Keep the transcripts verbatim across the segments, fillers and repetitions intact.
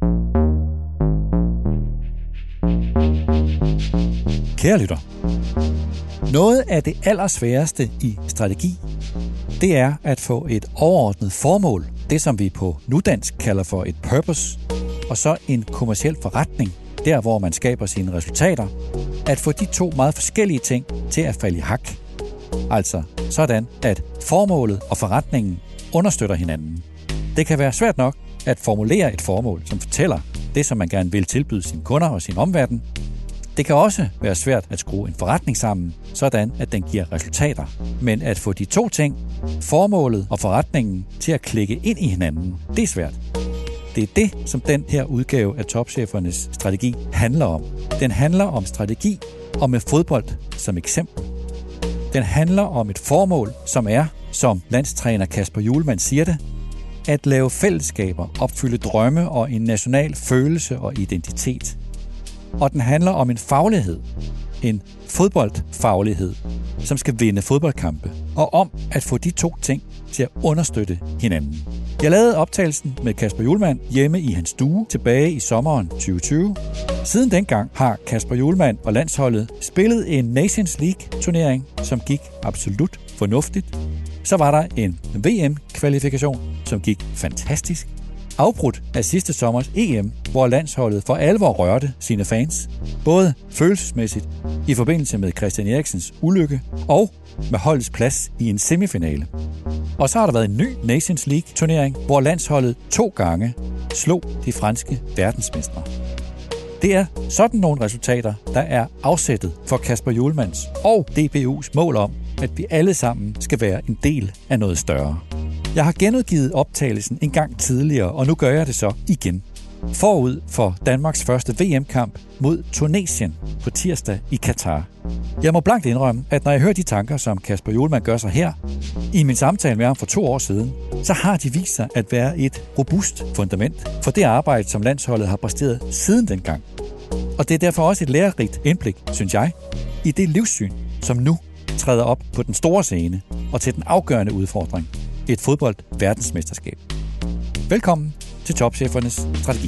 Kære lytter, noget af det allersværeste i strategi, det er at få et overordnet formål, det som vi på nudansk kalder for et purpose, og så en kommerciel forretning, der hvor man skaber sine resultater, at få de to meget forskellige ting til at falde i hak. Altså sådan, at formålet og forretningen understøtter hinanden. Det kan være svært nok at formulere et formål, som fortæller det, som man gerne vil tilbyde sine kunder og sin omverden. Det kan også være svært at skrue en forretning sammen, sådan at den giver resultater. Men at få de to ting, formålet og forretningen, til at klikke ind i hinanden, det er svært. Det er det, som den her udgave af Topchefernes strategi handler om. Den handler om strategi og med fodbold som eksempel. Den handler om et formål, som er, som landstræner Kasper Hjulmand siger det, at lave fællesskaber, opfylde drømme og en national følelse og identitet. Og den handler om en faglighed, en fodboldfaglighed, som skal vinde fodboldkampe, og om at få de to ting til at understøtte hinanden. Jeg lavede optagelsen med Kasper Hjulmand hjemme i hans stue tilbage i sommeren tyve tyve. Siden dengang har Kasper Hjulmand og landsholdet spillet en Nations League-turnering, som gik absolut fornuftigt. Så var der en V M-kvalifikation, som gik fantastisk. Afbrudt af sidste sommers E M, hvor landsholdet for alvor rørte sine fans, både følelsesmæssigt i forbindelse med Christian Eriksens ulykke og med holdets plads i en semifinale. Og så har der været en ny Nations League-turnering, hvor landsholdet to gange slog de franske verdensmestre. Det er sådan nogle resultater, der er afsættet for Kasper Hjulmands og D B U's mål om, at vi alle sammen skal være en del af noget større. Jeg har genudgivet optagelsen en gang tidligere, og nu gør jeg det så igen. Forud for Danmarks første V M-kamp mod Tunesien på tirsdag i Katar. Jeg må blankt indrømme, at når jeg hører de tanker, som Kasper Hjulmand gør sig her, i min samtale med ham for to år siden, så har de vist sig at være et robust fundament for det arbejde, som landsholdet har præsteret siden dengang. Og det er derfor også et lærerigt indblik, synes jeg, i det livssyn, som nu træder op på den store scene og til den afgørende udfordring. Et fodbold-verdensmesterskab. Velkommen til Topchefernes strategi.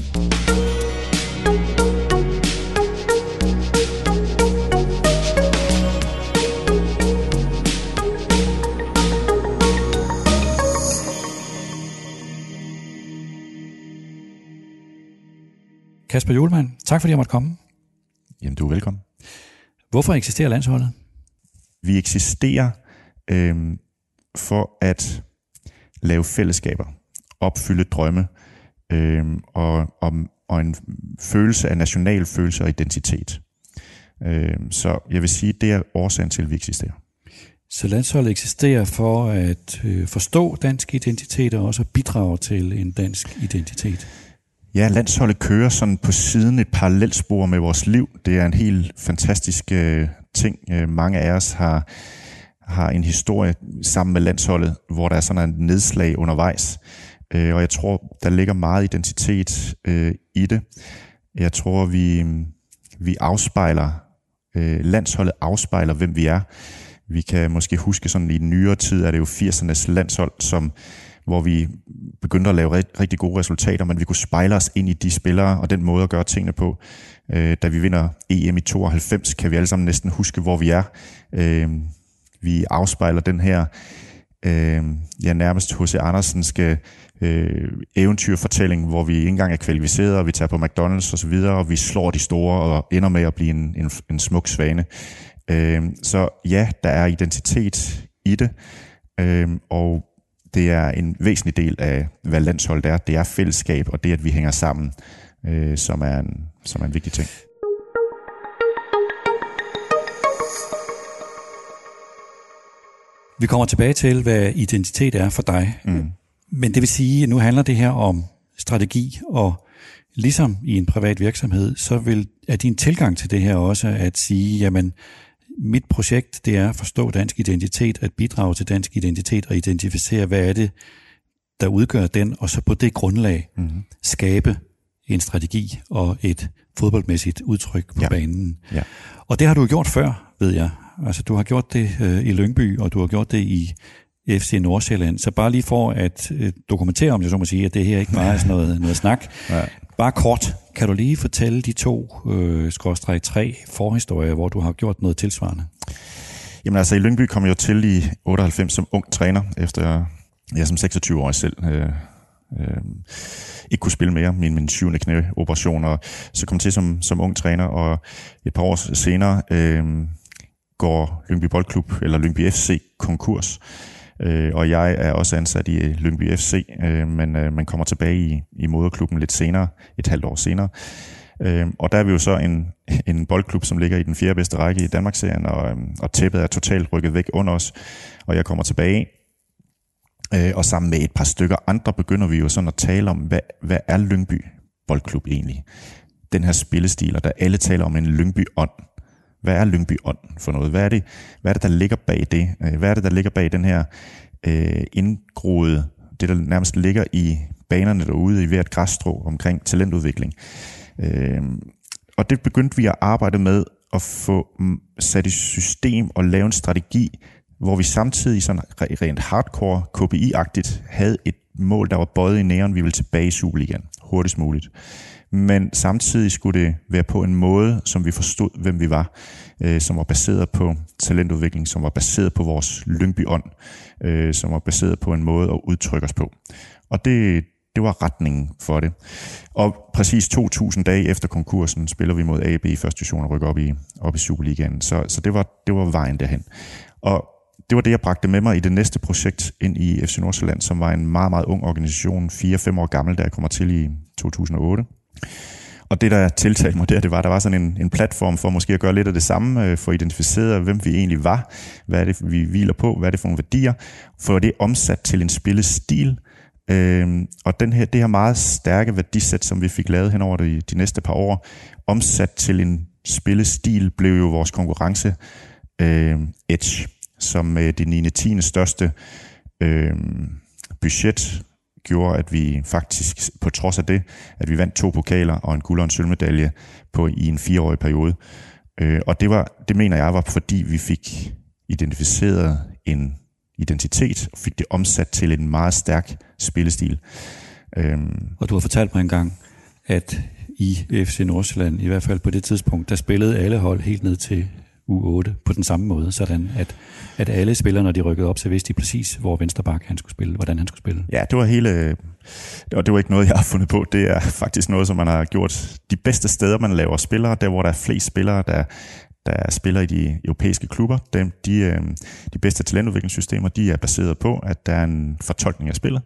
Kasper Hjulmand, tak fordi jeg måtte komme. Jamen, du er velkommen. Hvorfor eksisterer landsholdet? Vi eksisterer øh, for at lave fællesskaber, opfylde drømme øh, og, og, og en følelse af national følelse og identitet. Øh, så jeg vil sige, det er årsagen til, at vi eksisterer. Så landsholdet eksisterer for at øh, forstå dansk identitet og også bidrage til en dansk identitet? Ja, landsholdet kører sådan på siden et parallelspor med vores liv. Det er en helt fantastisk øh, ting. Øh, mange af os har har en historie sammen med landsholdet, hvor der er sådan en nedslag undervejs. Øh, og jeg tror, der ligger meget identitet øh, i det. Jeg tror, vi, vi afspejler, øh, landsholdet afspejler, hvem vi er. Vi kan måske huske sådan i nyere tid, er det jo firsernes landshold, som, hvor vi begyndte at lave rigt, rigtig gode resultater, men vi kunne spejle os ind i de spillere og den måde at gøre tingene på. Øh, da vi vinder E M i tooghalvfems, kan vi alle sammen næsten huske, hvor vi er. Øh, Vi afspejler den her øh, ja, nærmest H C Andersenske øh, eventyrfortælling, hvor vi ikke engang er kvalificeret, og vi tager på McDonald's og så videre, og vi slår de store og ender med at blive en, en, en smuk svane. Øh, så ja, der er identitet i det, øh, og det er en væsentlig del af, hvad landsholdet er. Det er fællesskab, og det, at vi hænger sammen, øh, som, er en, som er en vigtig ting. Vi kommer tilbage til, hvad identitet er for dig. Mm. Men det vil sige, at nu handler det her om strategi, og ligesom i en privat virksomhed, så vil, er din tilgang til det her også at sige, jamen, mit projekt, det er at forstå dansk identitet, at bidrage til dansk identitet og identificere, hvad er det, der udgør den, og så på det grundlag mm. skabe en strategi og et fodboldmæssigt udtryk på ja. banen. Ja. Og det har du gjort før, ved jeg. Altså, du har gjort det øh, i Lyngby, og du har gjort det i F C Nordsjælland. Så bare lige for at øh, dokumentere, om jeg så må sige, at det her ikke bare er sådan noget, noget snak. Ja. Bare kort, kan du lige fortælle de to, øh, skråstreg tre forhistorier, hvor du har gjort noget tilsvarende? Jamen altså, i Lyngby kom jeg jo til i otteoghalvfems som ung træner, efter jeg som seksogtyve-årig selv øh, øh, ikke kunne spille mere, min, min syvende knæoperation, og så kom jeg til som, som ung træner, og et par år senere øh, går Lyngby Boldklub, eller Lyngby F C, konkurs. Øh, og jeg er også ansat i Lyngby F C, øh, men øh, man kommer tilbage i, i moderklubben lidt senere, et halvt år senere. Øh, og der er vi jo så en, en boldklub, som ligger i den fjerde bedste række i Danmarksserien, og, øh, og tæppet er totalt rykket væk under os, og jeg kommer tilbage. Øh, og sammen med et par stykker andre begynder vi jo sådan at tale om, hvad, hvad er Lyngby Boldklub egentlig? Den her spillestil, og der alle taler om en Lyngby-ånd. Hvad er Lyngby-ånd for noget? Hvad er det, hvad er det der ligger bag det? Hvad er det, der ligger bag den her øh, indgroede, det der nærmest ligger i banerne derude i hvert græsstrå omkring talentudvikling? Øh, og det begyndte vi at arbejde med at få sat i system og lave en strategi, hvor vi samtidig sådan rent hardcore K P I-agtigt havde et mål, der var bøjet i næren, vi ville tilbage i Superligaen hurtigst muligt. Men samtidig skulle det være på en måde, som vi forstod, hvem vi var, øh, som var baseret på talentudvikling, som var baseret på vores Lyngby-ånd, øh, som var baseret på en måde at udtrykke os på. Og det, det var retningen for det. Og præcis to tusind dage efter konkursen spiller vi mod A B i første division og rykker op i, op i Superligaen. Så, så det, var, det var vejen derhen. Og det var det, jeg bragte med mig i det næste projekt ind i F C Nordsjælland, som var en meget, meget ung organisation, fire fem år gammel, da jeg kommer til i to tusind og otte. Og det, der tiltalte mig der, det var, der var sådan en, en platform for måske at gøre lidt af det samme, for at identificere, hvem vi egentlig var, hvad er det, vi hviler på, hvad er det for nogle værdier, for det omsat til en spillestil. Øhm, og den her, det her meget stærke værdisæt, som vi fik lavet hen over de, de næste par år, omsat til en spillestil, blev jo vores konkurrence øh, Edge, som med det niende tiende største øh, budget gjorde, at vi faktisk, på trods af det, at vi vandt to pokaler og en guld og en sølvmedalje på, i en fireårig periode. Øh, og det, var, det mener jeg var, fordi vi fik identificeret en identitet, og fik det omsat til en meget stærk spillestil. Øh, og du har fortalt mig engang, at i F C Nordsjælland, i hvert fald på det tidspunkt, der spillede alle hold helt ned til U otte på den samme måde, sådan at, at alle spillere, når de rykkede op, så vidste de præcis, hvor venstreback han skulle spille, hvordan han skulle spille. Ja, det var hele, og det var ikke noget, jeg har fundet på. Det er faktisk noget, som man har gjort de bedste steder, man laver spillere, der hvor der er flest spillere, der, der spiller i de europæiske klubber. De, de, de bedste talentudviklingssystemer, de er baseret på, at der er en fortolkning af spillet,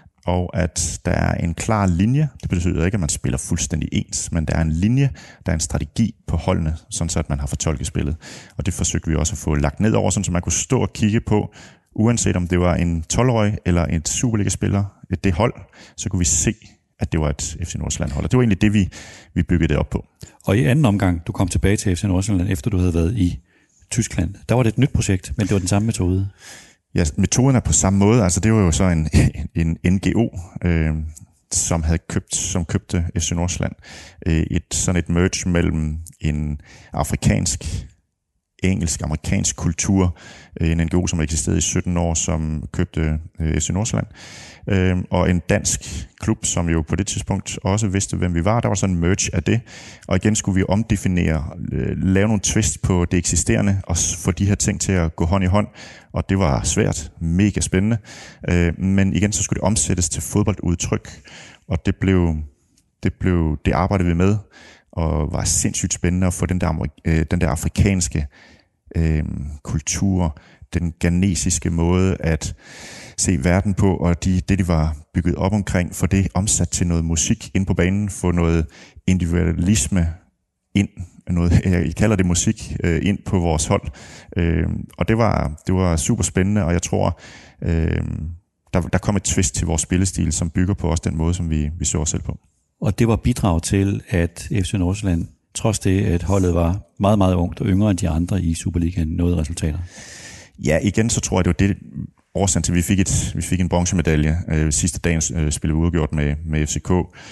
og at der er en klar linje. Det betyder ikke, at man spiller fuldstændig ens, men der er en linje, der er en strategi på holdene, sådan så at man har fortolket spillet. Og det forsøgte vi også at få lagt ned over, sådan så man kunne stå og kigge på, uanset om det var en tolv-årig eller en Superliga-spiller, det hold, så kunne vi se, at det var et F C Nordsjælland-hold. Og det var egentlig det, vi, vi byggede det op på. Og i anden omgang, du kom tilbage til F C Nordsjælland, efter du havde været i Tyskland. Der var det et nyt projekt, men det var den samme metode. Ja, metoden er på samme måde. Altså det var jo så en, en N G O, øh, som havde købt, som købte F C Nordsjælland. Øh, et sådan et merge mellem en afrikansk, engelsk, amerikansk kultur, øh, en N G O, som eksisterede i sytten år, som købte øh, F C Nordsjælland, øh, og en dansk klub, som jo på det tidspunkt også vidste, hvem vi var. Der var sådan en merge af det, og igen skulle vi omdefinere, øh, lave nogle twist på det eksisterende, og få de her ting til at gå hånd i hånd. Og det var svært, mega spændende. Øh, men igen, så skulle det omsættes til fodboldudtryk. Og det blev, det blev, det arbejdede vi med, og var sindssygt spændende at få den der, øh, den der afrikanske øh, kultur, den ghanesiske måde at se verden på, og de, det, de var bygget op omkring, for det omsat til noget musik ind på banen, få noget individualisme ind, noget, jeg kalder det musik, øh, ind på vores hold. Øh, og det var, det var super spændende, og jeg tror, øh, der, der kom et twist til vores spillestil, som bygger på også den måde, som vi, vi så os selv på. Og det var bidrag til, at F C Nordsjælland, trods det, at holdet var meget, meget ungt og yngre end de andre i Superligaen, nåede resultater. Ja, igen så tror jeg, det var det årsagen til, at vi fik, et, vi fik en bronzemedalje. Øh, sidste dagen øh, spillede vi uafgjort med, med F C K.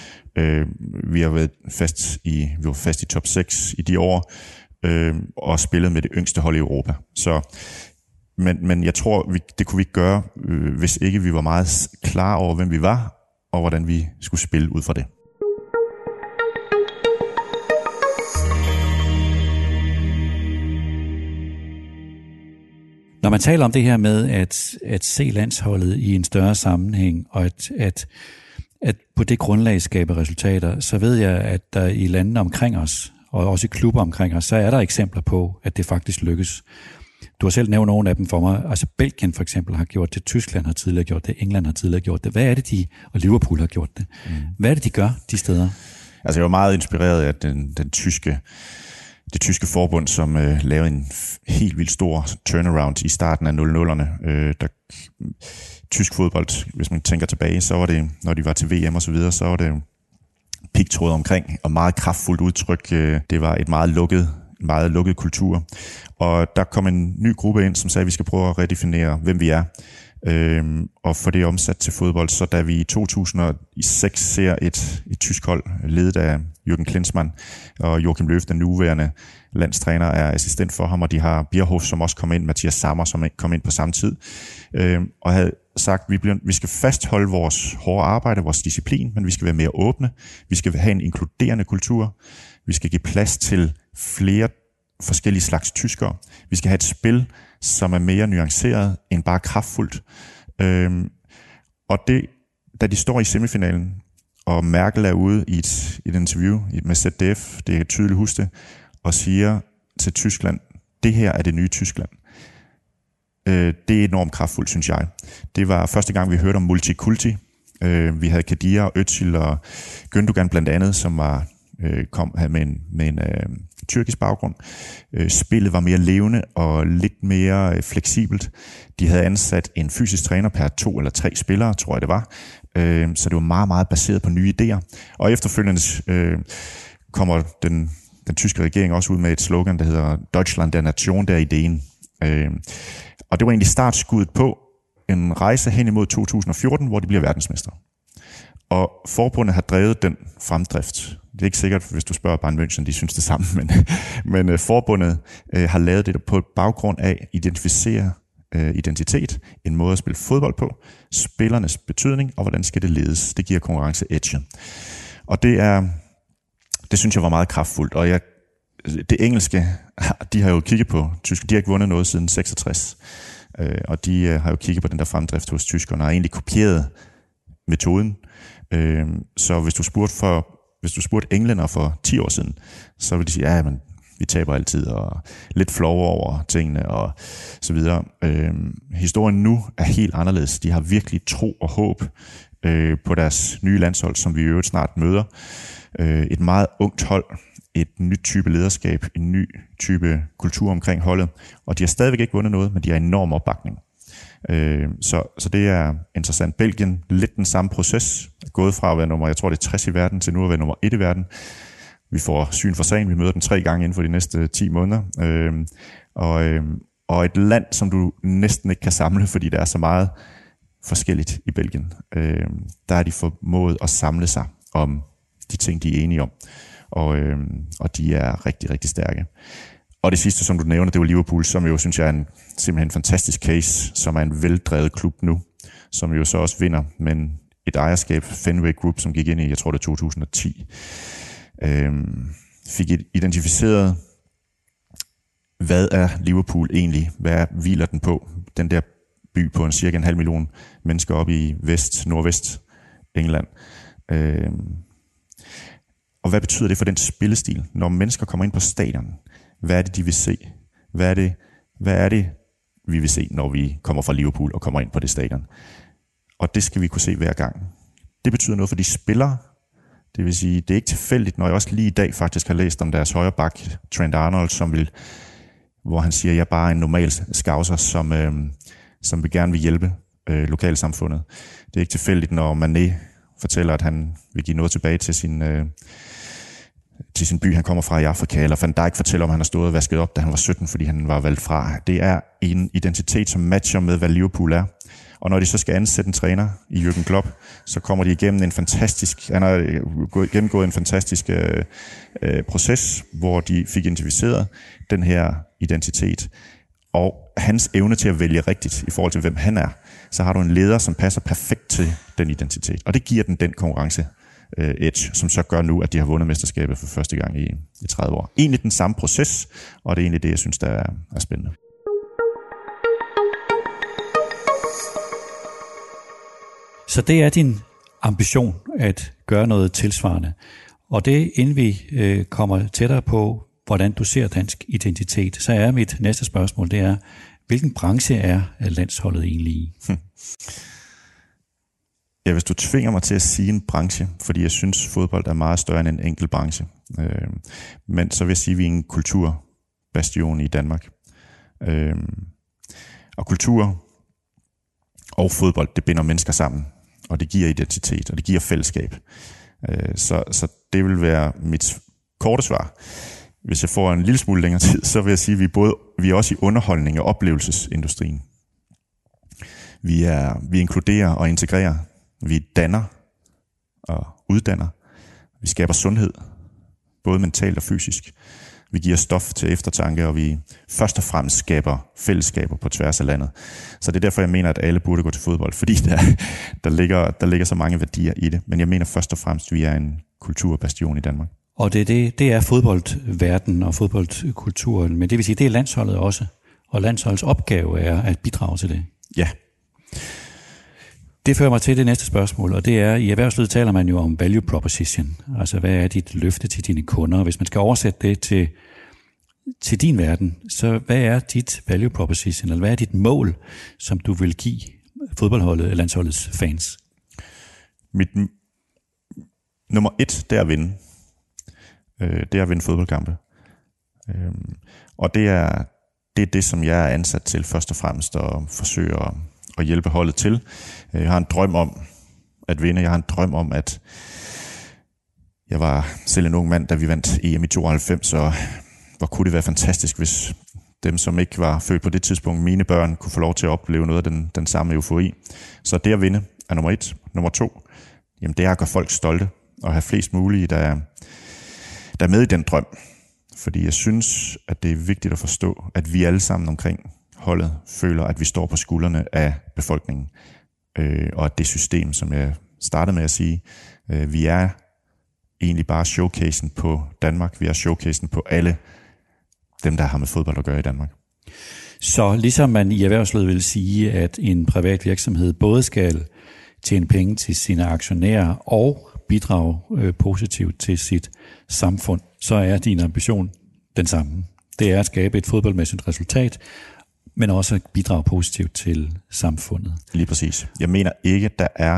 Øh, vi har været fast i, vi var fast i top seks i de år, øh, og spillet med det yngste hold i Europa. Så, men, men jeg tror, vi, det kunne vi ikke gøre, øh, hvis ikke vi var meget klar over, hvem vi var, og hvordan vi skulle spille ud fra det. Når man taler om det her med at, at se landsholdet i en større sammenhæng, og at, at, at på det grundlag skabe resultater, så ved jeg, at der i landene omkring os, og også i klubber omkring os, så er der eksempler på, at det faktisk lykkes. Du har selv nævnt nogle af dem for mig. Altså Belgien for eksempel har gjort det, Tyskland har tidligere gjort det, England har tidligere gjort det. Hvad er det, de, og Liverpool har gjort det? Mm. Hvad er det, de gør de steder? Altså jeg var meget inspireret af den, den tyske, det tyske forbund, som øh, lavede en helt vildt stor turnaround i starten af nullerne. Øh, der, tysk fodbold, hvis man tænker tilbage, så var det, når de var til V M og så videre, så var det pigtråd omkring, og meget kraftfuldt udtryk. Øh, det var et meget lukket meget lukket kultur. Og der kom en ny gruppe ind, som sagde, at vi skal prøve at redefinere, hvem vi er, øhm, og få det omsat til fodbold. Så da vi i to tusind og seks ser et, et tysk hold, ledet af Jürgen Klinsmann, og Joachim Löw, den nuværende landstræner, er assistent for ham, og de har Bierhoff, som også kom ind, Mathias Sammer, som kom ind på samme tid, øhm, og havde sagt, at vi, bliver, vi skal fastholde vores hårde arbejde, vores disciplin, men vi skal være mere åbne, vi skal have en inkluderende kultur, vi skal give plads til flere forskellige slags tyskere. Vi skal have et spil, som er mere nuanceret end bare kraftfuldt. Øhm, og det, da de står i semifinalen, og Merkel er ude i et, et interview med Z D F, det er tydeligt huske det, og siger til Tyskland, det her er det nye Tyskland. Øh, det er enormt kraftfuldt, synes jeg. Det var første gang, vi hørte om multikulti. Øh, vi havde Kadir og Özil og Gündogan blandt andet, som var kom med en, med en øh, tyrkisk baggrund. Øh, spillet var mere levende og lidt mere øh, fleksibelt. De havde ansat en fysisk træner per to eller tre spillere, tror jeg det var. Øh, så det var meget, meget baseret på nye idéer. Og efterfølgende øh, kommer den, den tyske regering også ud med et slogan, der hedder Deutschland der Nation, der ideen. Øh, og det var egentlig startskuddet på en rejse hen imod to tusind og fjorten, hvor de bliver verdensmestre. Og forbundet har drevet den fremdrift. Det er ikke sikkert, hvis du spørger Bayern München, de synes det samme, men, men uh, forbundet uh, har lavet det på baggrund af at identificere uh, identitet, en måde at spille fodbold på, spillernes betydning, og hvordan skal det ledes. Det giver konkurrence edge. Og det er, det synes jeg var meget kraftfuldt. Og jeg, det engelske, de har jo kigget på tysk, de har ikke vundet noget siden seksogtres, uh, og de uh, har jo kigget på den der fremdrift hos tyskerne, og har egentlig kopieret metoden. Uh, så hvis du spurgte for Hvis du spurgte englænder for ti år siden, så ville de sige, ja, men vi taber altid, og lidt flove over tingene, og så videre. Øhm, historien nu er helt anderledes. De har virkelig tro og håb øh, på deres nye landshold, som vi i øvrigt snart møder. Øh, et meget ungt hold, et nyt type lederskab, en ny type kultur omkring holdet, og de har stadigvæk ikke vundet noget, men de har enorm opbakning. Øh, så, så det er interessant. Belgien, lidt den samme proces, gået fra at være nummer, jeg tror det er tres i verden, til nu at være nummer et i verden. Vi får syn for sagen, vi møder den tre gange inden for de næste ti måneder. Øh, og, øh, og et land, som du næsten ikke kan samle, fordi der er så meget forskelligt i Belgien. Øh, der er de formået at samle sig om de ting, de er enige om. Og, øh, og de er rigtig, rigtig stærke. Og det sidste, som du nævner, det var Liverpool, som jo synes jeg er en simpelthen fantastisk case, som er en veldrevet klub nu, som jo så også vinder, men et ejerskab, Fenway Group, som gik ind i, jeg tror det er to tusind og ti, øhm, fik identificeret, hvad er Liverpool egentlig? Hvad hviler den på? Den der by på en cirka en halv million mennesker oppe i vest, nordvest England. Øhm, og hvad betyder det for den spillestil, når mennesker kommer ind på stadion? Hvad er det, de vil se? Hvad er det, hvad er det, vi vil se, når vi kommer fra Liverpool og kommer ind på det stadion? Og det skal vi kunne se hver gang. Det betyder noget for de spillere. Det vil sige, det er ikke tilfældigt, når jeg også lige i dag faktisk har læst om deres højre bak, Trent Arnold, som vil, hvor han siger, at jeg er bare en normal scouser, som, øh, som vil gerne vil hjælpe øh, lokalsamfundet. Det er ikke tilfældigt, når Mané fortæller, at han vil give noget tilbage til sin... Øh, til sin by, han kommer fra i Afrika, eller Van Dijk fortæller om, han har stået og vasket op, da han var sytten, fordi han var valgt fra. Det er en identitet, som matcher med, hvad Liverpool er. Og når de så skal ansætte en træner i Jürgen Klopp, så kommer de igennem en fantastisk, han har gennemgået en fantastisk øh, øh, proces, hvor de fik identificeret den her identitet. Og hans evne til at vælge rigtigt i forhold til, hvem han er, så har du en leder, som passer perfekt til den identitet. Og det giver den den konkurrence edge, som så gør nu, at de har vundet mesterskabet for første gang i, i tredive år. Egentlig den samme proces, og det er egentlig det, jeg synes, der er, er spændende. Så det er din ambition at gøre noget tilsvarende. Og det, inden vi øh, kommer tættere på, hvordan du ser dansk identitet, så er mit næste spørgsmål, det er, hvilken branche er landsholdet egentlig i? Hm. Ja, hvis du tvinger mig til at sige en branche, fordi jeg synes, fodbold er meget større end en enkelt branche, øh, men så vil jeg sige, at vi er en kulturbastion i Danmark. Øh, og kultur og fodbold, det binder mennesker sammen, og det giver identitet, og det giver fællesskab. Øh, så, så det vil være mit korte svar. Hvis jeg får en lille smule længere tid, så vil jeg sige, at vi er, både, vi er også i underholdning og oplevelsesindustrien. Vi, er, vi inkluderer og integrerer. Vi danner og uddanner. Vi skaber sundhed, både mentalt og fysisk. Vi giver stof til eftertanke, og vi først og fremmest skaber fællesskaber på tværs af landet. Så det er derfor, jeg mener, at alle burde gå til fodbold, fordi der, der, ligger, der ligger så mange værdier i det. Men jeg mener først og fremmest, at vi er en kulturbastion i Danmark. Og det, det, det er fodboldverdenen og fodboldkulturen, men det vil sige, det er landsholdet også. Og landsholdets opgave er at bidrage til det. Ja. Det fører mig til det næste spørgsmål, og det er, i erhvervslivet taler man jo om value proposition. Altså, hvad er dit løfte til dine kunder? Hvis man skal oversætte det til, til din verden, så hvad er dit value proposition, eller hvad er dit mål, som du vil give fodboldholdet eller landsholdets fans? Mit nummer et, det er at vinde. Det er at vinde fodboldkampe. Og det er, det er det, som jeg er ansat til først og fremmest, at forsøge at, at hjælpe holdet til. Jeg har en drøm om at vinde. Jeg har en drøm om, at jeg var selv en ung mand, da vi vandt E M i tooghalvfems, og hvor kunne det være fantastisk, hvis dem, som ikke var født på det tidspunkt, mine børn, kunne få lov til at opleve noget af den, den samme eufori. Så det at vinde er nummer et. Nummer to, jamen det er at gøre folk stolte, og have flest mulige, der der er med i den drøm. Fordi jeg synes, at det er vigtigt at forstå, at vi alle sammen omkring holdet føler, at vi står på skuldrene af befolkningen. Øh, og at det system, som jeg startede med at sige, øh, vi er egentlig bare showcasen på Danmark. Vi er showcasen på alle dem, der har med fodbold at gøre i Danmark. Så ligesom man i erhvervslivet vil sige, at en privat virksomhed både skal tjene penge til sine aktionærer og bidrage øh, positivt til sit samfund, så er din ambition den samme. Det er at skabe et fodboldmæssigt resultat, men også at bidrage positivt til samfundet. Lige præcis. Jeg mener ikke, at der er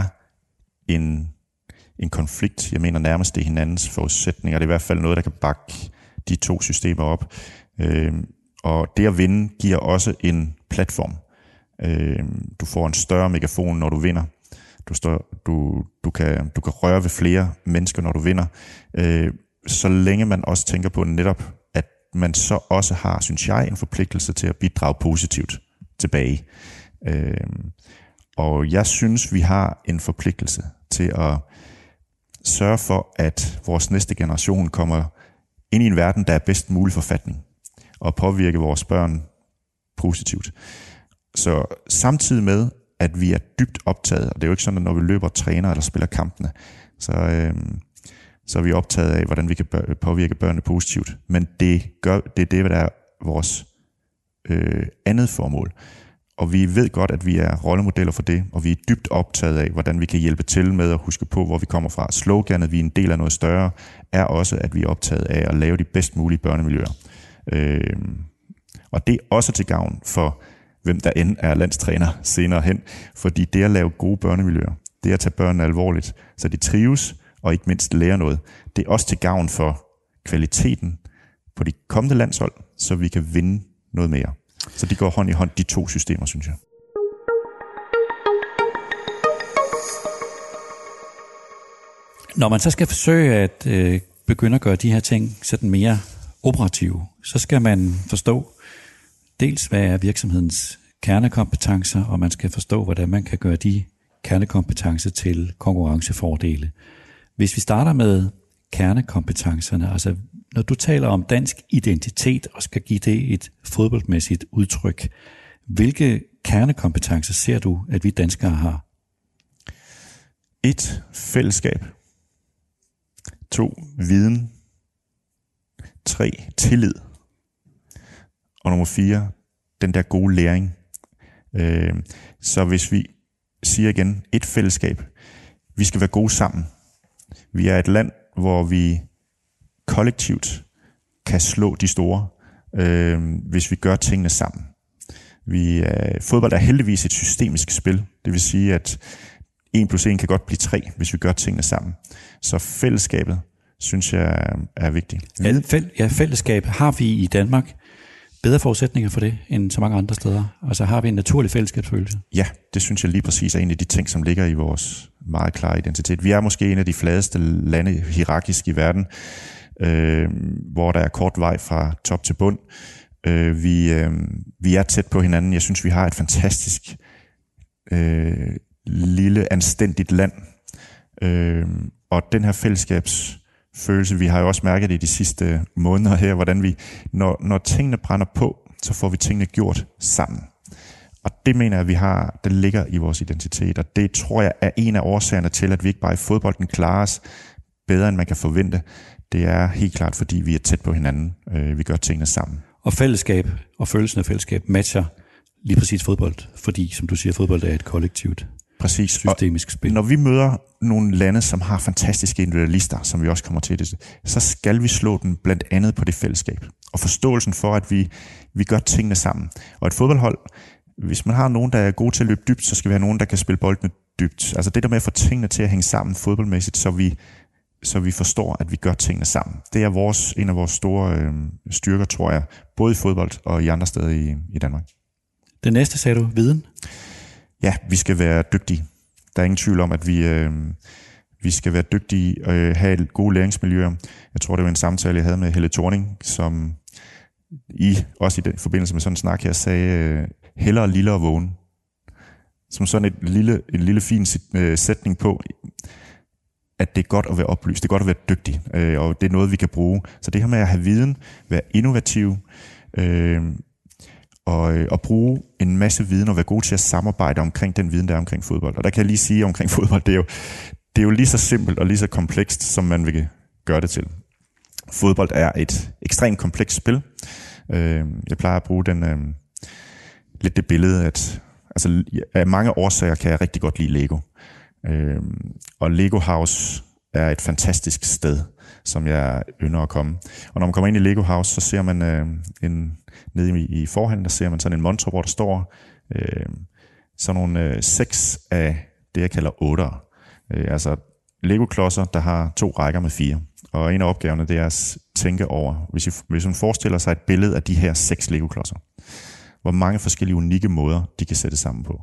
en, en konflikt. Jeg mener nærmest, det er hinandens forudsætninger. Det er i hvert fald noget, der kan bakke de to systemer op. Øh, og det at vinde giver også en platform. Øh, du får en større megafon, når du vinder. Du, står, du, du, kan, du kan røre ved flere mennesker, når du vinder. Øh, så længe man også tænker på netop, at man så også har, synes jeg, en forpligtelse til at bidrage positivt tilbage. Øh, og jeg synes, vi har en forpligtelse til at sørge for, at vores næste generation kommer ind i en verden, der er bedst mulig forfatning, og påvirke vores børn positivt. Så samtidig med, at vi er dybt optaget, og det er jo ikke sådan, at når vi løber og træner eller spiller kampene, så, øh, så er vi optaget af, hvordan vi kan påvirke børnene positivt. Men det, gør, det er det, der er vores øh, andet formål. Og vi ved godt, at vi er rollemodeller for det, og vi er dybt optaget af, hvordan vi kan hjælpe til med at huske på, hvor vi kommer fra. Sloganet, vi er en del af noget større, er også, at vi er optaget af at lave de bedst mulige børnemiljøer. Øh, og det er også til gavn for hvem der end er landstræner senere hen, fordi det at lave gode børnemiljøer, det at tage børnene alvorligt, så de trives og ikke mindst lærer noget, det er også til gavn for kvaliteten på de kommende landshold, så vi kan vinde noget mere. Så de går hånd i hånd, de to systemer, synes jeg. Når man så skal forsøge at øh, begynde at gøre de her ting sådan mere operative, så skal man forstå dels, hvad er virksomhedens kernekompetencer, og man skal forstå, hvordan man kan gøre de kernekompetencer til konkurrencefordele. Hvis vi starter med kernekompetencerne, altså når du taler om dansk identitet og skal give det et fodboldmæssigt udtryk, hvilke kernekompetencer ser du, at vi danskere har? Et, fællesskab. To, viden. Tre, tillid. Og nummer fire, den der gode læring. Øh, så hvis vi siger igen, et fællesskab. Vi skal være gode sammen. Vi er et land, hvor vi kollektivt kan slå de store, øh, hvis vi gør tingene sammen. Vi, øh, fodbold er heldigvis et systemisk spil. Det vil sige, at en plus en kan godt blive tre, hvis vi gør tingene sammen. Så fællesskabet, synes jeg, er vigtigt. Ja, fæl- ja, fællesskab har vi i Danmark bedre forudsætninger for det, end så mange andre steder. Altså har vi en naturlig fællesskabsfølelse? Ja, det synes jeg lige præcis er en af de ting, som ligger i vores meget klare identitet. Vi er måske en af de fladeste lande hierarkisk i verden, øh, hvor der er kort vej fra top til bund. Øh, vi, øh, vi er tæt på hinanden. Jeg synes, vi har et fantastisk øh, lille, anstændigt land. Øh, og den her fællesskabsfølelse, vi har jo også mærket det i de sidste måneder her, hvordan vi, når, når tingene brænder på, så får vi tingene gjort sammen. Og det mener jeg, at vi har, det ligger i vores identitet, og det tror jeg er en af årsagerne til, at vi ikke bare i fodbolden klarer os bedre, end man kan forvente. Det er helt klart, fordi vi er tæt på hinanden. Vi gør tingene sammen. Og fællesskab og følelsen af fællesskab matcher lige præcis fodbold, fordi, som du siger, fodbold er et kollektivt, præcis. systemisk spil. Og når vi møder nogle lande, som har fantastiske individualister, som vi også kommer til det, så skal vi slå den blandt andet på det fællesskab. Og forståelsen for, at vi, vi gør tingene sammen. Og et fodboldhold, hvis man har nogen, der er gode til at løbe dybt, så skal vi have nogen, der kan spille boldene dybt. Altså det der med at få tingene til at hænge sammen fodboldmæssigt, så vi, så vi forstår, at vi gør tingene sammen. Det er vores, en af vores store øh, styrker, tror jeg, både i fodbold og i andre steder i, i Danmark. Det næste, sagde du, viden? Ja, vi skal være dygtige. Der er ingen tvivl om, at vi, øh, vi skal være dygtige og øh, have gode læringsmiljøer. Jeg tror, det var en samtale, jeg havde med Helle Thorning, som i, også i den forbindelse med sådan en snak her, sagde øh, hellere, lille og vågen. Som sådan et lille, en lille fin øh, sætning på, at det er godt at være oplyst, det er godt at være dygtig, øh, og det er noget, vi kan bruge. Så det her med at have viden, være innovativ, øh, og, og bruge en masse viden og være god til at samarbejde omkring den viden, der er omkring fodbold. Og der kan jeg lige sige omkring fodbold, det er jo, det er jo lige så simpelt og lige så komplekst, som man vil gøre det til. Fodbold er et ekstremt komplekst spil. Øh, jeg plejer at bruge den, øh, lidt det billede, at altså, af mange årsager kan jeg rigtig godt lide Lego. Øh, og Lego House er et fantastisk sted, som jeg ynder at komme. Og når man kommer ind i Lego House, så ser man øh, en, nede i, i forhånden, der ser man sådan en montre, hvor der står øh, sådan nogle øh, seks af det, jeg kalder otter. Øh, altså Lego-klodser, der har to rækker med fire. Og en af opgaverne, det er at tænke over, hvis, I, hvis man forestiller sig et billede af de her seks Lego-klodser, hvor mange forskellige unikke måder, de kan sætte sammen på.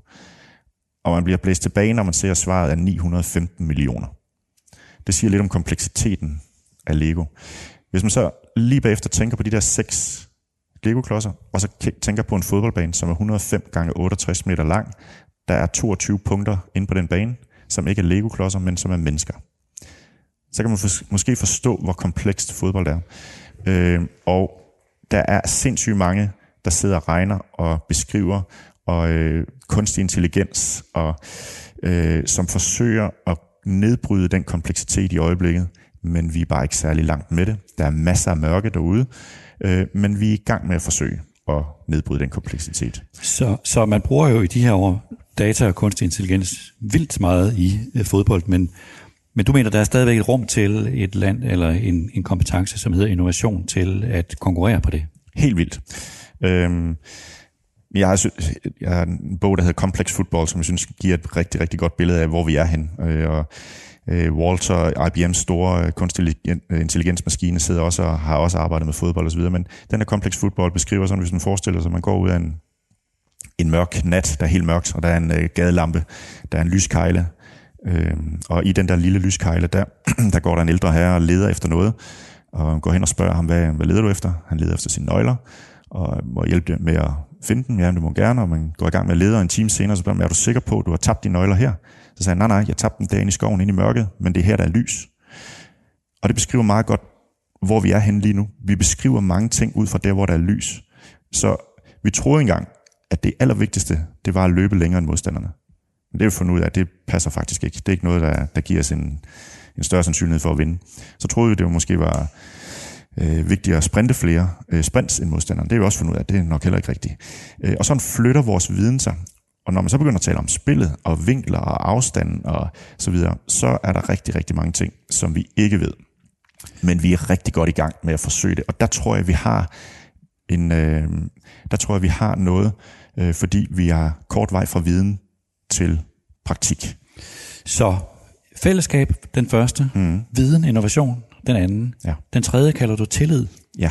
Og man bliver blæst tilbage, når man ser svaret af ni hundrede og femten millioner. Det siger lidt om kompleksiteten af Lego. Hvis man så lige bagefter tænker på de der seks Lego-klodser, og så tænker på en fodboldbane, som er et hundrede og fem gange otteogtres meter lang, der er toogtyve punkter inde på den bane, som ikke er Lego-klodser, men som er mennesker. Så kan man for, måske forstå, hvor komplekst fodbold er. Øh, og der er sindssygt mange, der sidder og regner og beskriver, og øh, kunstig intelligens, og øh, som forsøger at nedbryde den kompleksitet i øjeblikket, men vi er bare ikke særlig langt med det. Der er masser af mørke derude, øh, men vi er i gang med at forsøge at nedbryde den kompleksitet. Så, så man bruger jo i de her år data og kunstig intelligens vildt meget i øh, fodbold, men, men du mener, der er stadigvæk et rum til et land, eller en, en kompetence, som hedder innovation, til at konkurrere på det? Helt vildt. Øhm, Jeg har, jeg har en bog, der hedder Complex Football, som jeg synes giver et rigtig, rigtig godt billede af, hvor vi er hen. Og Walter, I B M's store kunstig intelligensmaskine, sidder også og har også arbejdet med fodbold osv. Men den her Complex Football beskriver sådan, hvis man forestiller sig, at man går ud af en, en mørk nat, der er helt mørkt, og der er en øh, gadelampe, der er en lyskejle. Øh, og i den der lille lyskejle, der, der går der en ældre herre og leder efter noget, og går hen og spørger ham, hvad, hvad leder du efter? Han leder efter sine nøgler, og må hjælpe med at finde dem. Ja, det må gerne, og man går i gang med at lede, og en time senere, så spørger man, er du sikker på, at du har tabt dine nøgler her? Så sagde han, nej, nej, jeg tabte dem derinde i skoven, inde i mørket, men det er her, der er lys. Og det beskriver meget godt, hvor vi er henne lige nu. Vi beskriver mange ting ud fra der, hvor der er lys. Så vi troede engang, at det allervigtigste, det var at løbe længere end modstanderne. Men det er jo fundet ud af, at det passer faktisk ikke. Det er ikke noget, der, der giver os en, en større sandsynlighed for at vinde. Så troede vi, det måske var øh, vigtigere at sprinte flere øh, sprints end modstanderne. Det er jo også fundet ud af, at det er nok heller ikke rigtigt. Øh, og sådan flytter vores viden sig. Og når man så begynder at tale om spillet og vinkler og afstanden og så videre, så er der rigtig, rigtig mange ting, som vi ikke ved. Men vi er rigtig godt i gang med at forsøge det. Og der tror jeg, vi har en, øh, der tror jeg, vi har noget, øh, fordi vi har kort vej fra viden til praktik. Så fællesskab, den første. Mm. Viden, innovation, den anden. Ja. Den tredje kalder du tillid. Ja.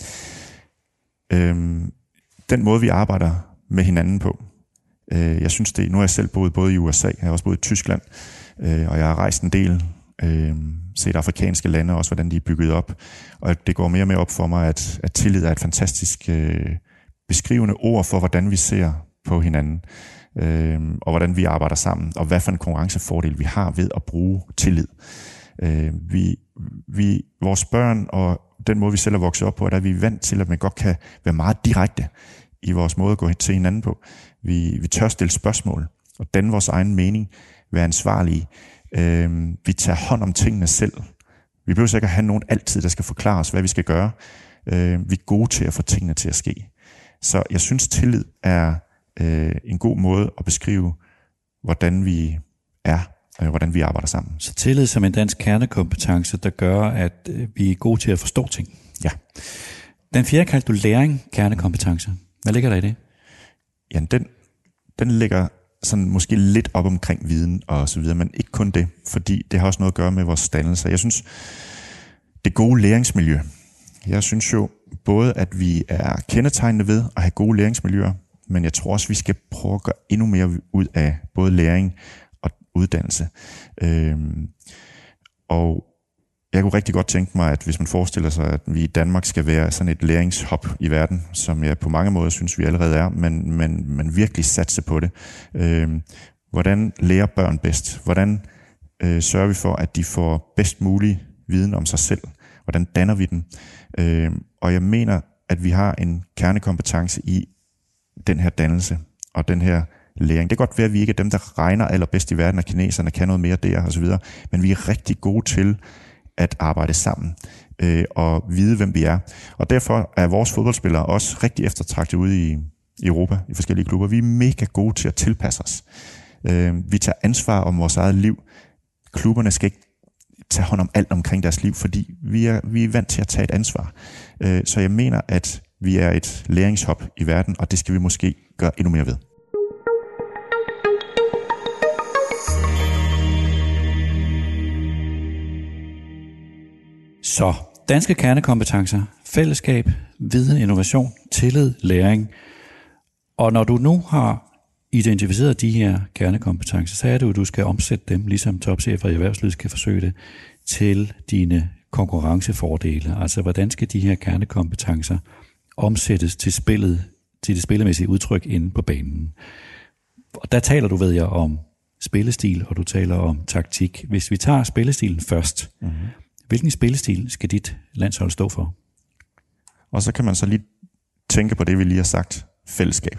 Øhm, den måde, vi arbejder med hinanden på. Øh, jeg synes det, nu har jeg selv boet både i U S A, jeg har også boet i Tyskland, øh, og jeg har rejst en del, øh, set afrikanske lande også, hvordan de er bygget op. Og det går mere og mere op for mig, at, at tillid er et fantastisk øh, beskrivende ord for, hvordan vi ser på hinanden. Øh, og hvordan vi arbejder sammen, og hvad for en konkurrencefordel vi har ved at bruge tillid. Øh, vi, vi, vores børn og den måde, vi selv er vokset op på, er, at vi er vant til, at man godt kan være meget direkte i vores måde at gå til hinanden på. Vi, vi tør stille spørgsmål, og danne vores egen mening, være ansvarlige. Øh, vi tager hånd om tingene selv. Vi behøver ikke at have nogen altid, der skal forklare os, hvad vi skal gøre. Øh, vi er gode til at få tingene til at ske. Så jeg synes, tillid er øh, en god måde at beskrive, hvordan vi er, og hvordan vi arbejder sammen. Så tillid som en dansk kernekompetence, der gør, at vi er gode til at forstå ting. Ja. Den fjerde kaldte du læring, kernekompetence. Hvad ligger der i det? Ja, den, den ligger sådan måske lidt op omkring viden og så videre, men ikke kun det, fordi det har også noget at gøre med vores dannelse. Jeg synes, det gode læringsmiljø, jeg synes jo både, at vi er kendetegnende ved at have gode læringsmiljøer, men jeg tror også, vi skal prøve at gøre endnu mere ud af både læring og uddannelse. Øhm, og jeg kunne rigtig godt tænke mig, at hvis man forestiller sig, at vi i Danmark skal være sådan et læringshop i verden, som jeg på mange måder synes, vi allerede er, men, men, men virkelig satse på det. Øhm, hvordan lærer børn bedst? Hvordan øh, sørger vi for, at de får bedst mulig viden om sig selv? Hvordan danner vi dem? Øhm, og jeg mener, at vi har en kernekompetence i den her dannelse og den her læring. Det kan godt være, at vi ikke er dem, der regner allerbedst i verden, og kineserne kan noget mere der og så videre, men vi er rigtig gode til at arbejde sammen øh, og vide, hvem vi er. Og derfor er vores fodboldspillere også rigtig eftertragtet ude i, i Europa, i forskellige klubber. Vi er mega gode til at tilpasse os. Øh, vi tager ansvar om vores eget liv. Klubberne skal ikke tage hånd om alt omkring deres liv, fordi vi er, vi er vant til at tage et ansvar. Øh, så jeg mener, at vi er et læringshop i verden, og det skal vi måske gøre endnu mere ved. Så danske kernekompetencer, fællesskab, viden, innovation, tillid, læring. Og når du nu har identificeret de her kernekompetencer, så er det jo, at du skal omsætte dem, ligesom topchefer i erhvervslivet skal forsøge det, til dine konkurrencefordele. Altså, hvordan skal de her kernekompetencer omsættes til spillet, til det spillemæssige udtryk inde på banen. Og der taler du, ved jeg, om spillestil, og du taler om taktik. Hvis vi tager spillestilen først, mm-hmm. hvilken spillestil skal dit landshold stå for? Og så kan man så lige tænke på det, vi lige har sagt. Fællesskab,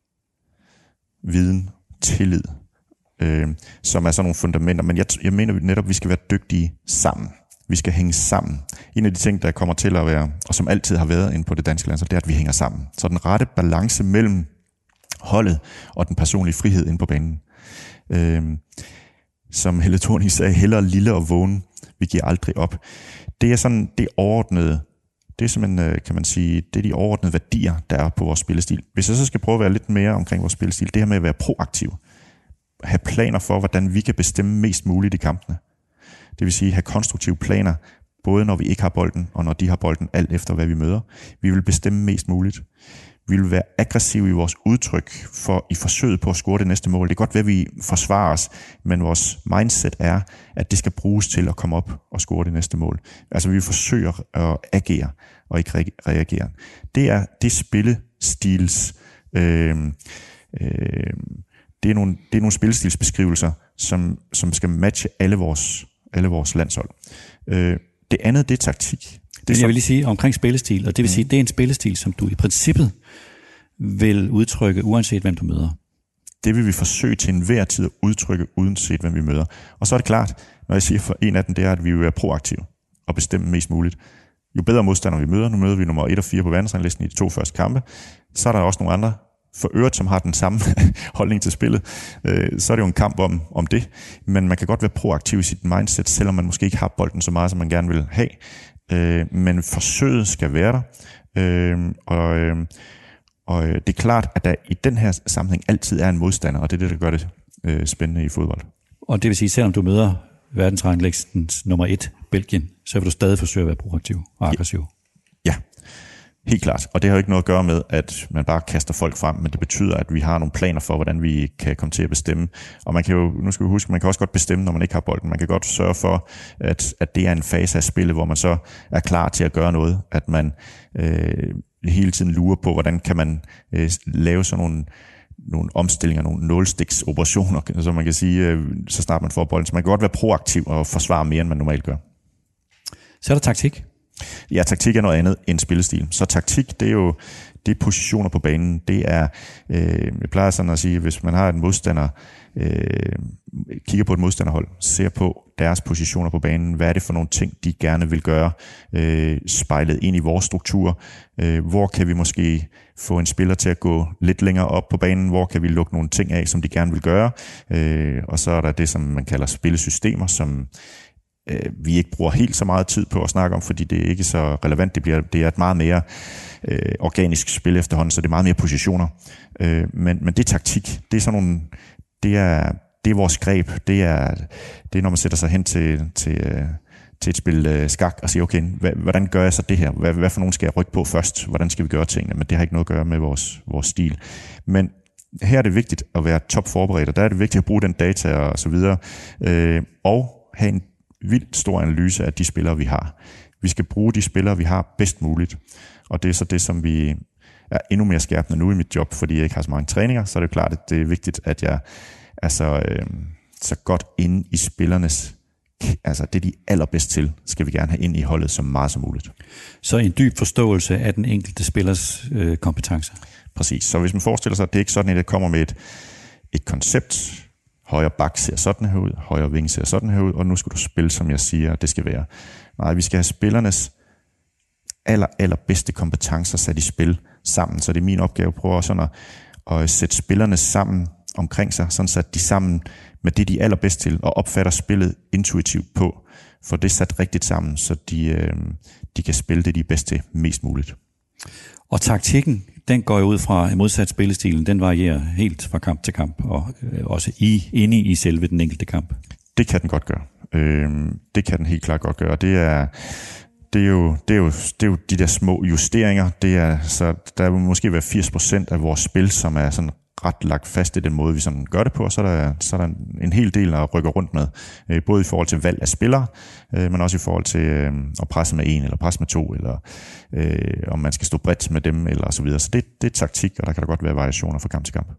viden, tillid, øh, som er sådan nogle fundamenter. Men jeg, jeg mener netop, at vi skal være dygtige sammen. Vi skal hænge sammen. En af de ting, der kommer til at være, og som altid har været inde på det danske landshold, det er, at vi hænger sammen. Så den rette balance mellem holdet og den personlige frihed inde på banen. Øh, som Helle Thorning sagde, hellere lille og vågen, vi giver aldrig op. Det er sådan det overordnede, det er simpelthen, kan man sige, det er de overordnede værdier, der er på vores spillestil. Hvis jeg så skal prøve at være lidt mere omkring vores spillestil, det her med at være proaktiv, have planer for, hvordan vi kan bestemme mest muligt i kampene. Det vil sige, have konstruktive planer, både når vi ikke har bolden, og når de har bolden, alt efter hvad vi møder. Vi vil bestemme mest muligt. Vi vil være aggressive i vores udtryk for i forsøget på at score det næste mål. Det kan godt være, at vi forsvarer os, men vores mindset er, at det skal bruges til at komme op og score det næste mål. Altså vi forsøger at agere og ikke reagere. Det er det spillestils... Øh, øh, det, er nogle, det er nogle spillestilsbeskrivelser, som, som skal matche alle vores, alle vores landshold. Øh, det andet, det er taktik. Det Men jeg vil lige sige omkring spillestil, og det vil sige, det er en spillestil, som du i princippet vil udtrykke, uanset hvem du møder. Det vil vi forsøge til enhver tid at udtrykke, uanset hvem vi møder. Og så er det klart, når jeg siger for en af dem, det er, at vi vil være proaktive og bestemme mest muligt. Jo bedre modstandere vi møder, nu møder vi nummer et og fire på verdensranglisten i de to første kampe, så er der også nogle andre for øvrigt, som har den samme holdning til spillet, øh, så er det jo en kamp om, om det. Men man kan godt være proaktiv i sit mindset, selvom man måske ikke har bolden så meget, som man gerne vil have. Øh, men forsøget skal være der. Øh, og, øh, og det er klart, at der i den her sammenhæng altid er en modstander, og det er det, der gør det øh, spændende i fodbold. Og det vil sige, selvom du møder verdensranglistens nummer et, Belgien, så vil du stadig forsøge at være proaktiv og aggressiv. Ja. Ja. Helt klart, og det har jo ikke noget at gøre med, at man bare kaster folk frem, men det betyder, at vi har nogle planer for, hvordan vi kan komme til at bestemme. Og man kan jo, nu skal vi huske, man kan også godt bestemme, når man ikke har bolden. Man kan godt sørge for, at, at det er en fase af spillet, hvor man så er klar til at gøre noget. At man øh, hele tiden lurer på, hvordan kan man øh, lave sådan nogle, nogle omstillinger, nogle nålstiksoperationer, så man kan sige, øh, så snart man får bolden. Så man kan godt være proaktiv og forsvare mere, end man normalt gør. Så er der taktik. Ja, taktik er noget andet end spillestil. Så taktik, det er jo det er positioner på banen. Det er, øh, jeg plejer sådan at sige, hvis man har en modstander, øh, kigger på et modstanderhold, ser på deres positioner på banen, hvad er det for nogle ting, de gerne vil gøre, øh, spejlet ind i vores struktur, øh, hvor kan vi måske få en spiller til at gå lidt længere op på banen, hvor kan vi lukke nogle ting af, som de gerne vil gøre, øh, og så er der det, som man kalder spillesystemer, som vi ikke bruger helt så meget tid på at snakke om, fordi det er ikke så relevant. Det, bliver, det er et meget mere øh, organisk spil efterhånden, så det er meget mere positioner. Øh, men, men det er taktik. Det er sådan nogle, det er, det er vores greb. Det er, det er, når man sætter sig hen til, til, øh, til et spil øh, skak og siger, okay, hvad, hvordan gør jeg så det her? Hvad, hvad for nogen skal jeg rykke på først? Hvordan skal vi gøre tingene? Men det har ikke noget at gøre med vores, vores stil. Men her er det vigtigt at være top forberedt, og der er det vigtigt at bruge den data og så videre, øh, og have en vildt stor analyse af de spillere, vi har. Vi skal bruge de spillere, vi har bedst muligt. Og det er så det, som vi er endnu mere skærpende nu i mit job, fordi jeg ikke har så mange træninger, så er det klart, at det er vigtigt, at jeg er så, øh, så godt inde i spillernes, altså det de er allerbedst til, skal vi gerne have ind i holdet så meget som muligt. Så en dyb forståelse af den enkelte spillers øh, kompetencer. Præcis. Så hvis man forestiller sig, at det er ikke sådan, at det kommer med et, et koncept. Højre bak ser sådan her ud, højre vinge ser sådan her ud, og nu skal du spille, som jeg siger, det skal være. Nej, vi skal have spillernes aller, aller bedste kompetencer sat i spil sammen, så det er min opgave at prøve sådan at, at sætte spillerne sammen omkring sig, sådan så de sammen med det, de er allerbedst til, og opfatter spillet intuitivt på, for det sat rigtigt sammen, så de, øh, de kan spille det, de er bedst til, mest muligt. Og taktikken, den går jo ud fra modsat spillestilen, den varierer helt fra kamp til kamp, og også i, inde i selve den enkelte kamp. Det kan den godt gøre. Øhm, det kan den helt klart godt gøre. Det er, det er, jo, det er, jo, det er jo de der små justeringer. Det er, så der vil måske være firs procent af vores spil, som er sådan ret lagt fast i den måde, vi sådan gør det på, og så er der, så er der en hel del at rykke rundt med, øh, både i forhold til valg af spillere, øh, men også i forhold til øh, at presse med en, eller presse med to, eller øh, om man skal stå bredt med dem, eller så videre. Så det, det er taktik, og der kan der godt være variationer fra kamp til kamp.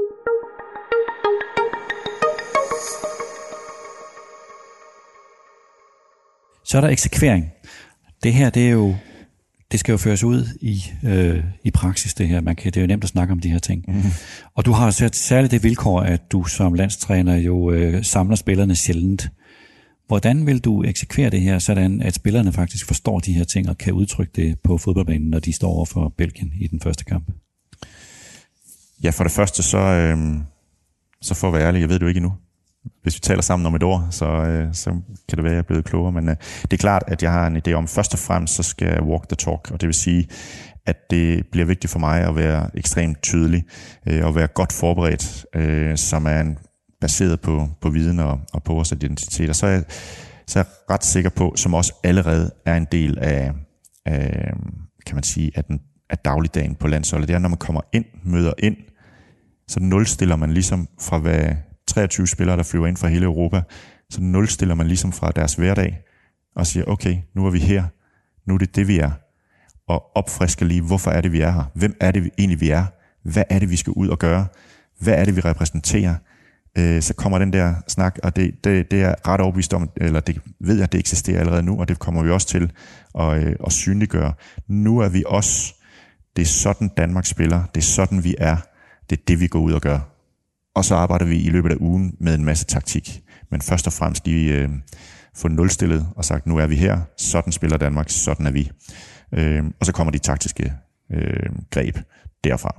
Så er der eksekvering. Det her, det er jo Det skal jo føres ud i, øh, i praksis, det her. Man kan, det er jo nemt at snakke om de her ting. Mm-hmm. Og du har særligt det vilkår, at du som landstræner jo øh, samler spillerne sjældent. Hvordan vil du eksekvere det her, sådan at spillerne faktisk forstår de her ting og kan udtrykke det på fodboldbanen, når de står over for Belgien i den første kamp? Ja, for det første, så, øh, så for at være ærlig, jeg ved det jo ikke endnu. Hvis vi taler sammen om et år, så, øh, så kan det være, at jeg er blevet klogere. Men øh, det er klart, at jeg har en idé om, først og fremmest, så skal jeg walk the talk. Og det vil sige, at det bliver vigtigt for mig at være ekstremt tydelig øh, og være godt forberedt, øh, som er en, baseret på, på viden og, og på vores identitet. Og så er, jeg, så er jeg ret sikker på, som også allerede er en del af, af kan man sige, af, den, af dagligdagen på landsholdet. Det er, når man kommer ind, møder ind, så nulstiller man ligesom fra hvad treogtyve spillere, der flyver ind fra hele Europa, så nulstiller man ligesom fra deres hverdag og siger, okay, nu er vi her, nu er det det, vi er, og opfrisker lige, hvorfor er det, vi er her? Hvem er det egentlig, vi er? Hvad er det, vi skal ud og gøre? Hvad er det, vi repræsenterer? Øh, så kommer den der snak, og det, det, det er ret overbevist om, eller det ved jeg, det eksisterer allerede nu, og det kommer vi også til at, øh, at synliggøre. Nu er vi os. Det er sådan Danmark spiller. Det er sådan, vi er. Det er det, vi går ud og gør. Og så arbejder vi i løbet af ugen med en masse taktik. Men først og fremmest lige øh, få nulstillet og sagt, nu er vi her. Sådan spiller Danmark. Sådan er vi. Øh, og så kommer de taktiske øh, greb derfra.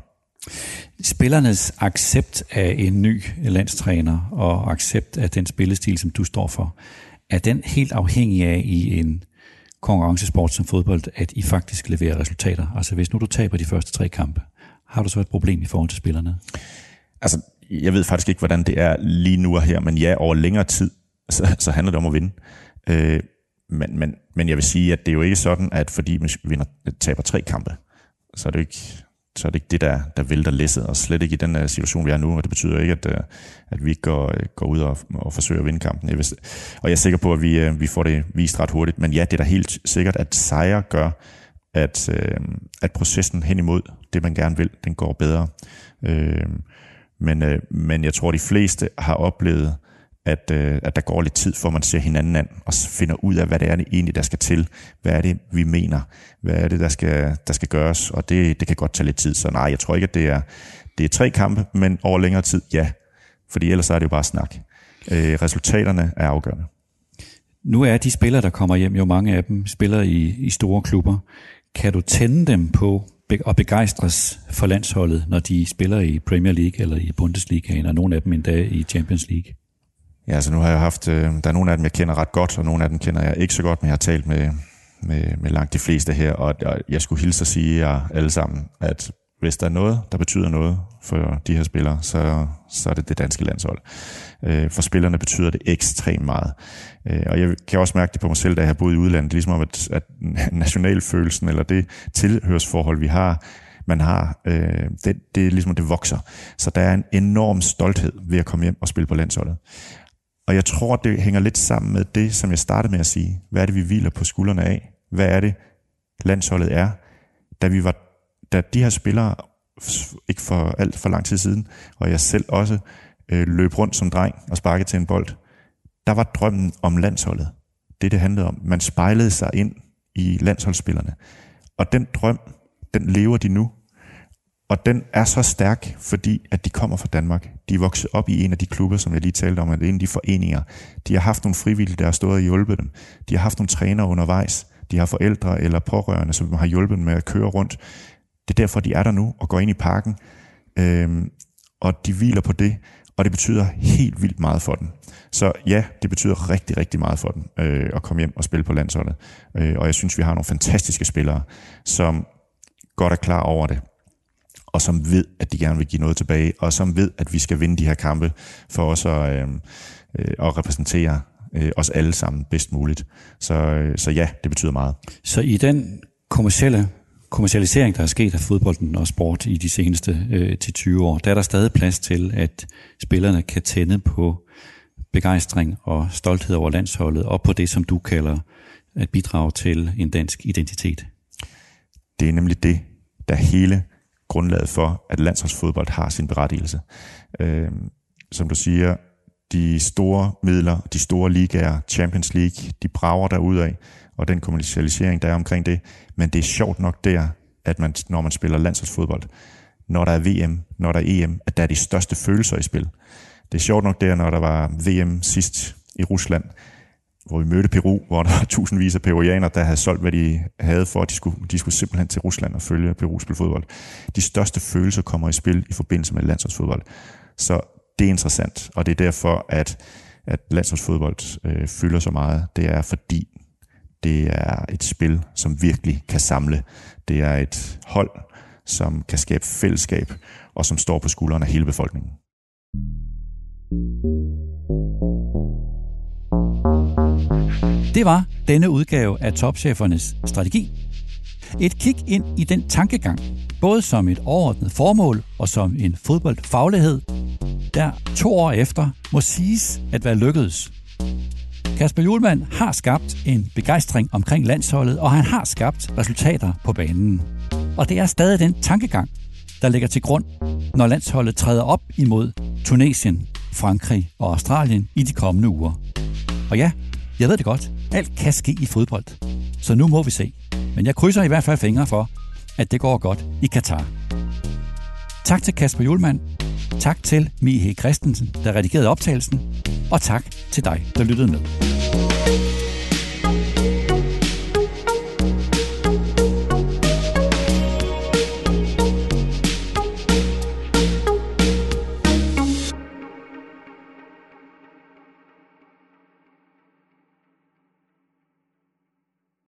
Spillernes accept af en ny landstræner og accept af den spillestil, som du står for, er den helt afhængig af i en konkurrencesport som fodbold, at I faktisk leverer resultater? Altså hvis nu du taber de første tre kampe, har du så et problem i forhold til spillerne? Altså, jeg ved faktisk ikke, hvordan det er lige nu og her, men ja, over længere tid, så, så handler det om at vinde. Øh, men, men, men jeg vil sige, at det er jo ikke sådan, at fordi vi vinder, taber tre kampe, så er det ikke, så er det, ikke det, der, der vælter læsset, og slet ikke i den situation, vi er nu, og det betyder ikke, at, at vi ikke går, går ud og, og forsøger at vinde kampen. Jeg vil, og jeg er sikker på, at vi, vi får det vist ret hurtigt, men ja, det er da helt sikkert, at sejre gør, at, at processen hen imod det, man gerne vil, den går bedre. Men, men jeg tror, de fleste har oplevet, at, at der går lidt tid, for man ser hinanden an og finder ud af, hvad det er det egentlig, der skal til. Hvad er det, vi mener? Hvad er det, der skal, der skal gøres? Og det, det kan godt tage lidt tid. Så nej, jeg tror ikke, at det er, det er tre kampe, men over længere tid, ja. Fordi ellers er det jo bare snak. Øh, resultaterne er afgørende. Nu er de spillere, der kommer hjem, jo mange af dem spiller i, i store klubber. Kan du tænde dem på og begejstres for landsholdet, når de spiller i Premier League eller i Bundesligaen, og nogle af dem endda i Champions League? Ja, altså nu har jeg haft, øh, der er nogle af dem, jeg kender ret godt, og nogle af dem kender jeg ikke så godt, men jeg har talt med, med, med langt de fleste her, og, og jeg skulle hilse at sige jer alle sammen, at hvis der er noget, der betyder noget for de her spillere, så, så er det det danske landshold. Øh, for spillerne betyder det ekstremt meget. Øh, og jeg kan også mærke det på mig selv, da jeg har boet i udlandet. Det er ligesom om, at, at nationalfølelsen, eller det tilhørsforhold, vi har, man har, øh, det, det er ligesom, det vokser. Så der er en enorm stolthed ved at komme hjem og spille på landsholdet. Og jeg tror, det hænger lidt sammen med det, som jeg startede med at sige. Hvad er det, vi hviler på skuldrene af? Hvad er det, landsholdet er? Da vi var, da de her spillere, ikke for alt for lang tid siden, og jeg selv også øh, løb rundt som dreng og sparkede til en bold, der var drømmen om landsholdet. Det, det handlede om. Man spejlede sig ind i landsholdsspillerne. Og den drøm, den lever de nu. Og den er så stærk, fordi at de kommer fra Danmark. De er vokset op i en af de klubber, som jeg lige talte om, at det er en af de foreninger. De har haft nogle frivillige, der har stået og hjulpet dem. De har haft nogle trænere undervejs. De har forældre eller pårørende, som har hjulpet dem med at køre rundt. Det er derfor, de er der nu og går ind i parken. Øhm, og de hviler på det, og det betyder helt vildt meget for dem. Så ja, det betyder rigtig, rigtig meget for dem øh, at komme hjem og spille på landsholdet. Øh, og jeg synes, vi har nogle fantastiske spillere, som godt er klar over det, og som ved, at de gerne vil give noget tilbage, og som ved, at vi skal vinde de her kampe for os at, øh, øh, at repræsentere øh, os alle sammen bedst muligt. Så, øh, så ja, det betyder meget. Så i den kommercielle kommercialisering, der er sket af fodbolden og sport i de seneste øh, til tyve år, der er der stadig plads til, at spillerne kan tænde på begejstring og stolthed over landsholdet, og på det, som du kalder at bidrage til en dansk identitet. Det er nemlig det, der hele grundlaget for, at landsholdsfodbold har sin berettigelse. Øh, som du siger, de store midler, de store ligaer, Champions League, de brager derudad, og den kommercialisering, der er omkring det. Men det er sjovt nok der, at man, når man spiller landsholdsfodbold, når der er V M, når der er E M, at der er de største følelser i spil. Det er sjovt nok der, når der var V M sidst i Rusland, hvor vi mødte Peru, hvor der var tusindvis af peruanere, der havde solgt, hvad de havde for, at de skulle, de skulle simpelthen til Rusland og følge Peru spille fodbold. De største følelser kommer i spil i forbindelse med landsholdsfodbold. Så det er interessant, og det er derfor, at, at landsholdsfodbold øh, fylder så meget. Det er fordi, det er et spil, som virkelig kan samle. Det er et hold, som kan skabe fællesskab, og som står på skuldrene af hele befolkningen. Det var denne udgave af Topchefernes Strategi. Et kig ind i den tankegang, både som et overordnet formål og som en fodboldfaglighed, der to år efter må siges at være lykkedes. Kasper Hjulmand har skabt en begejstring omkring landsholdet, og han har skabt resultater på banen. Og det er stadig den tankegang, der ligger til grund, når landsholdet træder op imod Tunesien, Frankrig og Australien i de kommende uger. Og ja, jeg ved det godt, alt kan ske i fodbold, så nu må vi se. Men jeg krydser i hvert fald fingre for, at det går godt i Katar. Tak til Kasper Hjulmand, tak til Mie Christensen, der redigerede optagelsen, og tak til dig, der lyttede med.